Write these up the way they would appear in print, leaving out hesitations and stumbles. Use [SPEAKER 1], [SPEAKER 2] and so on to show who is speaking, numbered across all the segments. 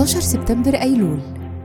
[SPEAKER 1] 16 سبتمبر أيلول.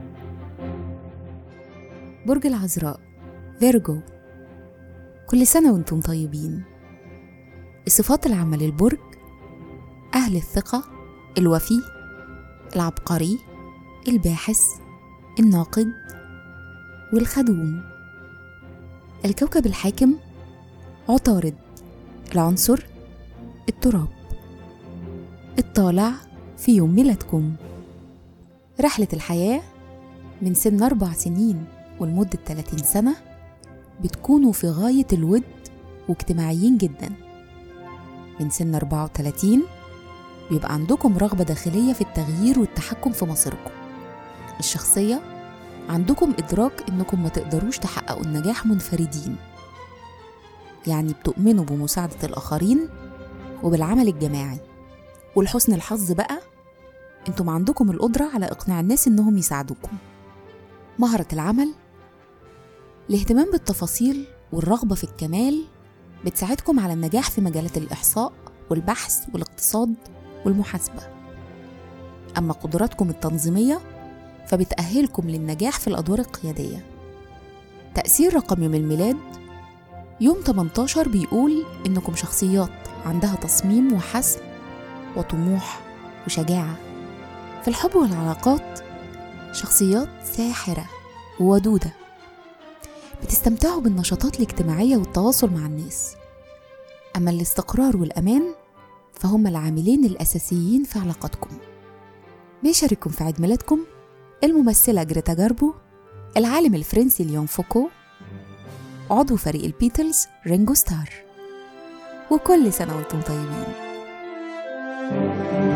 [SPEAKER 1] برج العذراء فيرجو، كل سنة وانتم طيبين. الصفات العامة للبرج: أهل الثقة، الوفي، العبقري، الباحث، الناقد، والخدوم. الكوكب الحاكم عطارد، العنصر التراب. الطالع في يوم ميلادكم. رحلة الحياة من سن 4 سنين ولمدة 30 سنة بتكونوا في غاية الود واجتماعيين جدا. من سن 34 بيبقى عندكم رغبة داخلية في التغيير والتحكم في مصيركم. الشخصية عندكم إدراك إنكم ما تقدروش تحققوا النجاح منفردين، يعني بتؤمنوا بمساعدة الآخرين وبالعمل الجماعي. ولحسن الحظ بقى انتم عندكم القدرة على إقناع الناس إنهم يساعدوكم. مهارة العمل، الاهتمام بالتفاصيل والرغبة في الكمال بتساعدكم على النجاح في مجالات الإحصاء والبحث والاقتصاد والمحاسبة. أما قدراتكم التنظيمية فبتأهلكم للنجاح في الأدوار القيادية. تأثير رقم يوم الميلاد: يوم 18 بيقول إنكم شخصيات عندها تصميم وحسم وطموح وشجاعة. في الحب والعلاقات شخصيات ساحرة وودودة، بتستمتعوا بالنشاطات الاجتماعية والتواصل مع الناس. أما الاستقرار والأمان فهم العاملين الأساسيين في علاقتكم. بيشارككم في عيد ميلادكم الممثلة جريتا جاربو، العالم الفرنسي ليون فوكو، عضو فريق البيتلز رينجو ستار. وكل سنة وانتم طيبين.